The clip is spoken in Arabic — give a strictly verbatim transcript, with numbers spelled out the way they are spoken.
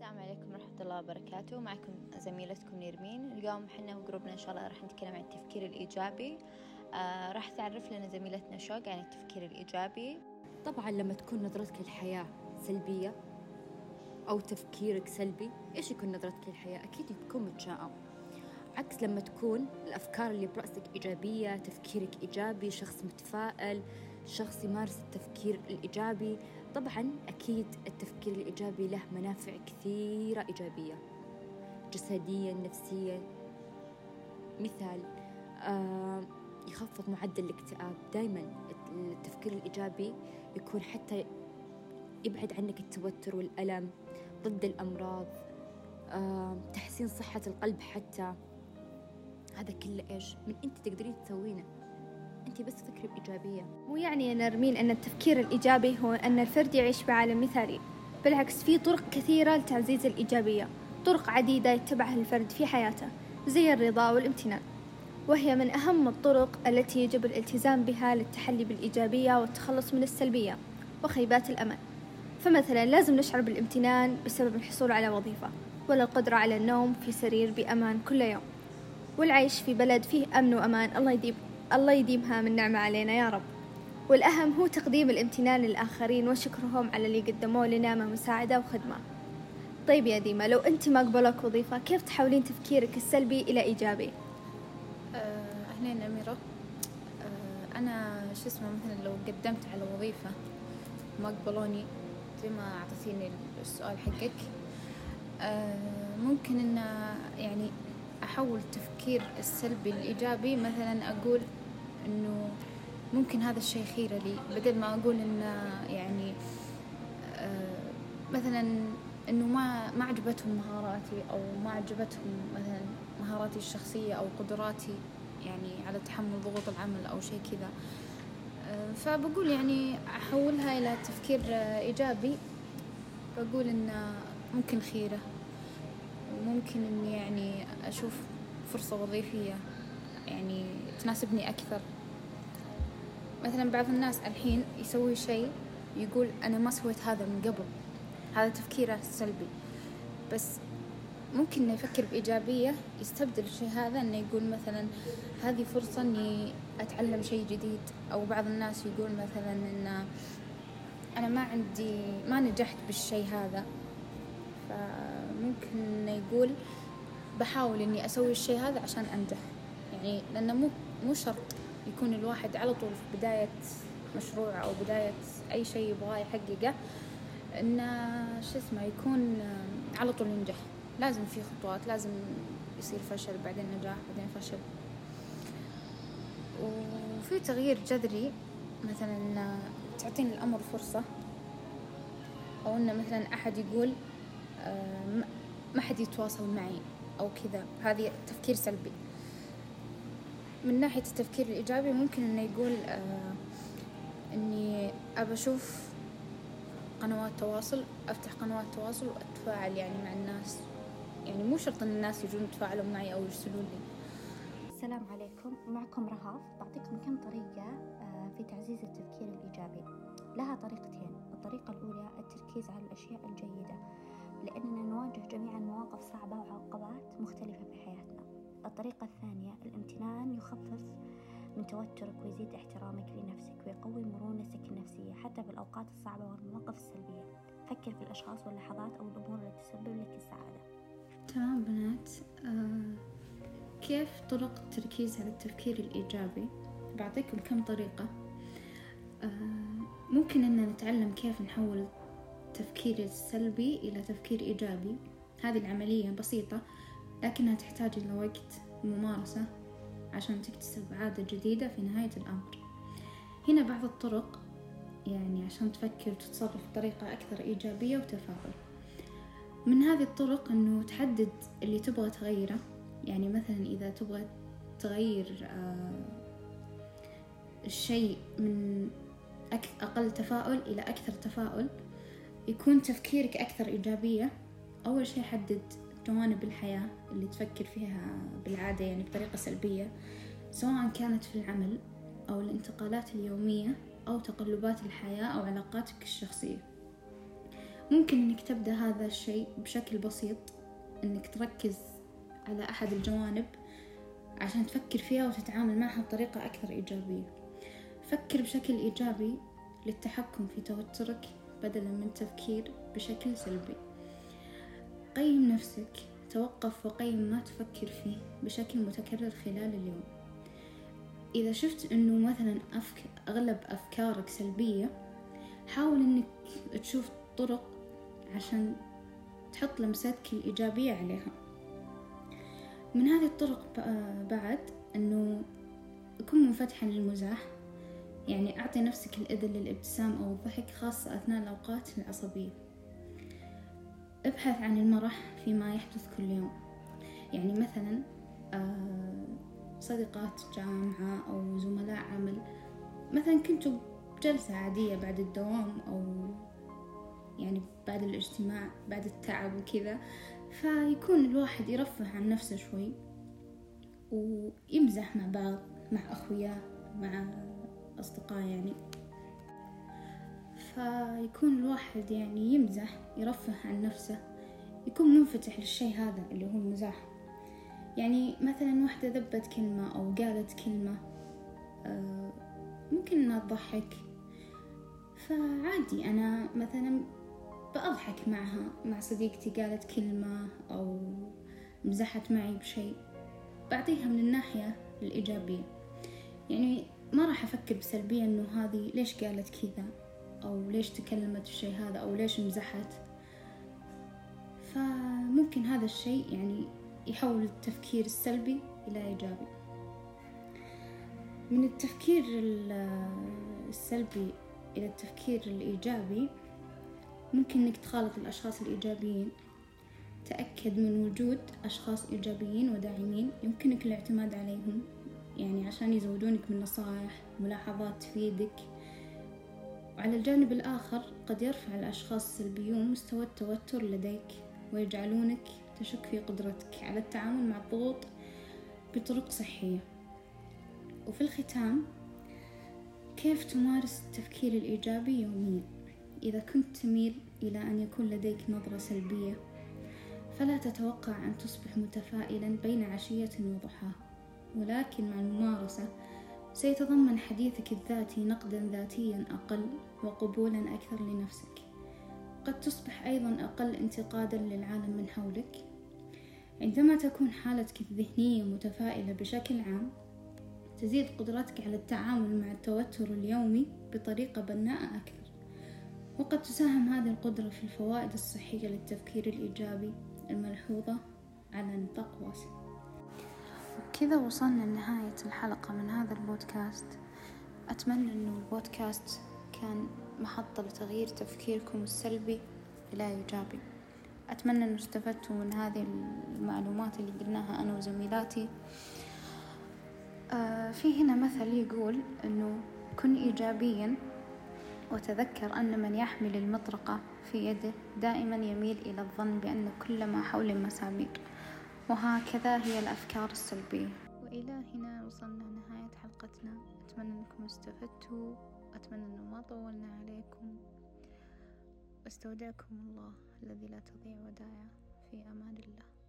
السلام عليكم ورحمة الله وبركاته. معكم زميلتكم نيرمين. اليوم حنا وجروبنا إن شاء الله راح نتكلم عن التفكير الإيجابي. آه راح تعرف لنا زميلتنا شوق عن التفكير الإيجابي. طبعا لما تكون نظرتك للحياة سلبية أو تفكيرك سلبي، إيش يكون نظرتك للحياة؟ أكيد تكون متشائم، عكس لما تكون الأفكار اللي برأسك إيجابية، تفكيرك إيجابي، شخص متفائل، شخص يمارس التفكير الإيجابي. طبعا أكيد التفكير الإيجابي له منافع كثيرة إيجابية جسديا نفسيا. مثال آه يخفض معدل الاكتئاب. دايما التفكير الإيجابي يكون حتى يبعد عنك التوتر والألم، ضد الأمراض، آه تحسين صحة القلب. حتى هذا كله إيش من أنت تقدرين تسوينه؟ أنت بس فكري بإيجابية. مو يعني يا نرمين أن التفكير الإيجابي هو أن الفرد يعيش بعالم مثالي، بالعكس في طرق كثيرة لتعزيز الإيجابية، طرق عديدة يتبعها الفرد في حياته زي الرضا والامتنان، وهي من أهم الطرق التي يجب الالتزام بها للتحلي بالإيجابية والتخلص من السلبية وخيبات الأمل. فمثلا لازم نشعر بالامتنان بسبب الحصول على وظيفة، ولا القدرة على النوم في سرير بأمان كل يوم، والعيش في بلد فيه أمن وأمان. الله يديم الله يديمها من نعمة علينا يا رب. والأهم هو تقديم الامتنان للآخرين وشكرهم على اللي قدموه لنا من مساعدة وخدمة. طيب يا ديما، لو أنت ما قبلك وظيفة كيف تحولين تفكيرك السلبي إلى إيجابي؟ أهلين أميرة. أه أنا شو اسمه مثلا لو قدمت على وظيفة ما قبلوني زي ما أعطيتيني السؤال حقك، أه ممكن إن يعني أحول التفكير السلبي الإيجابي. مثلا أقول إنه ممكن هذا الشيء خير لي، بدل ما أقول إنه يعني أه مثلا إنه ما ما عجبتهم مهاراتي أو ما عجبتهم مثلا مهاراتي الشخصية أو قدراتي يعني على تحمل ضغوط العمل أو شيء كذا. أه فبقول يعني أحولها إلى تفكير إيجابي. بقول إنه ممكن خيره، وممكن إني يعني أشوف فرصة وظيفية يعني تناسبني أكثر. مثلا بعض الناس الحين يسوي شيء يقول أنا ما سويت هذا من قبل، هذا تفكيره سلبي. بس ممكن إنه يفكر بإيجابية، يستبدل الشيء هذا إنه يقول مثلا هذه فرصة إني أتعلم شيء جديد. أو بعض الناس يقول مثلا إن أنا ما عندي ما نجحت بالشيء هذا، فممكن إنه يقول بحاول إني أسوي الشيء هذا عشان أنجح. يعني لأنه مو مو شرط يكون الواحد على طول في بداية مشروع أو بداية أي شيء يبغاه يحققه إنه شو اسمه يكون على طول ينجح. لازم في خطوات، لازم يصير فشل بعدين نجاح بعدين فشل، وفي تغيير جذري. مثلا تعطيني الأمر فرصة، أو إنه مثلا أحد يقول ما حد يتواصل معي أو كذا، هذه تفكير سلبي. من ناحية التفكير الإيجابي ممكن إنه يقول آه إني أبى أشوف قنوات تواصل، أفتح قنوات تواصل وأتفاعل يعني مع الناس. يعني مو شرط إن الناس يجون يتفاعلوا معي أو يرسلون لي. السلام عليكم، معكم رهاف. بعطيكم كم طريقة في تعزيز التفكير الإيجابي. لها طريقتين. الطريقة الأولى التركيز على الأشياء الجيدة، لأننا نواجه جميعا مواقف صعبة وعقبات مختلفة في حياتنا. الطريقة الثانية الامتنان، يخفف من توترك ويزيد احترامك لنفسك ويقوي مرونتك النفسية حتى في الأوقات الصعبة والمواقف السلبية. فكر في الأشخاص واللحظات أو الأمور التي تسبب لك السعادة. تمام بنات. آه كيف طرق التركيز على التفكير الإيجابي؟ بعطيكم كم طريقة. آه ممكن أن نتعلم كيف نحول التفكير السلبي إلى تفكير إيجابي. هذه العملية بسيطة لكنها تحتاج إلى وقت وممارسة عشان تكتسب عادة جديدة في نهاية الأمر. هنا بعض الطرق يعني عشان تفكر وتتصرف بطريقة أكثر إيجابية وتفاؤل. من هذه الطرق أنه تحدد اللي تبغى تغيره. يعني مثلا إذا تبغى تغير آه الشيء من أقل تفاؤل إلى أكثر تفاؤل، يكون تفكيرك أكثر إيجابية. أول شيء حدد جوانب الحياة اللي تفكر فيها بالعادة يعني بطريقة سلبية، سواء كانت في العمل أو الانتقالات اليومية أو تقلبات الحياة أو علاقاتك الشخصية. ممكن إنك تبدأ هذا الشيء بشكل بسيط، إنك تركز على أحد الجوانب عشان تفكر فيها وتتعامل معها بطريقة أكثر إيجابية. فكر بشكل إيجابي للتحكم في توترك بدلا من التفكير بشكل سلبي. قيم نفسك، توقف وقيم ما تفكر فيه بشكل متكرر خلال اليوم. إذا شفت أنه مثلا أفك... أغلب أفكارك سلبية، حاول أنك تشوف طرق عشان تحط لمستك الإيجابية عليها. من هذه الطرق بعد أنه كن منفتحا للمزاح، يعني أعطي نفسك الإذن للابتسام أو الضحك خاصة أثناء الأوقات العصبية. ابحث عن المرح فيما يحدث كل يوم، يعني مثلا صديقات جامعة أو زملاء عمل، مثلا كنتوا بجلسة عادية بعد الدوام أو يعني بعد الاجتماع بعد التعب وكذا، فيكون الواحد يرفه عن نفسه شوي ويمزح مع بعض، مع أخوياه، مع أصدقاء يعني، فيكون الواحد يعني يمزح يرفه عن نفسه، يكون منفتح للشيء هذا اللي هو المزاح. يعني مثلا واحدة ذبت كلمة أو قالت كلمة آه ممكن أنها تضحك، فعادي أنا مثلا بأضحك معها، مع صديقتي قالت كلمة أو مزحت معي بشيء، بعطيها من الناحية الإيجابية. يعني ما راح أفكر بسلبية إنه هذه ليش قالت كذا أو ليش تكلمت الشيء هذا أو ليش مزحت. فممكن هذا الشيء يعني يحول التفكير السلبي إلى إيجابي. من التفكير السلبي إلى التفكير الإيجابي، ممكن إنك تخالط الأشخاص الإيجابيين. تأكد من وجود أشخاص إيجابيين وداعمين يمكنك الاعتماد عليهم، يعني عشان يزودونك من نصائح ملاحظات تفيدك. وعلى الجانب الآخر قد يرفع الأشخاص السلبيون مستوى التوتر لديك ويجعلونك تشك في قدرتك على التعامل مع الضغوط بطرق صحية. وفي الختام، كيف تمارس التفكير الإيجابي يوميا؟ إذا كنت تميل إلى أن يكون لديك نظرة سلبية، فلا تتوقع أن تصبح متفائلا بين عشية وضحاها، ولكن مع الممارسة سيتضمن حديثك الذاتي نقدا ذاتيا أقل وقبولا أكثر لنفسك. قد تصبح أيضا أقل انتقادا للعالم من حولك. عندما تكون حالتك الذهنية متفائلة بشكل عام، تزيد قدرتك على التعامل مع التوتر اليومي بطريقة بناءة أكثر. وقد تساهم هذه القدرة في الفوائد الصحية للتفكير الإيجابي الملحوظة على نطاق واسع. وبكذا وصلنا لنهاية الحلقة من هذا البودكاست. أتمنى أنه البودكاست كان محطة لتغيير تفكيركم السلبي إلى إيجابي. أتمنى أنه استفدتوا من هذه المعلومات اللي قلناها أنا وزميلاتي. آه في هنا مثل يقول أنه كن إيجابيا وتذكر أن من يحمل المطرقة في يده دائما يميل إلى الظن بأن كل ما حوله مسامير، وهكذا هي الأفكار السلبية. وإلى هنا وصلنا لنهاية حلقتنا. أتمنى أنكم استفدتوا، أتمنى أنه ما طولنا عليكم. استودعكم الله الذي لا تضيع ودائعه. في أمان الله.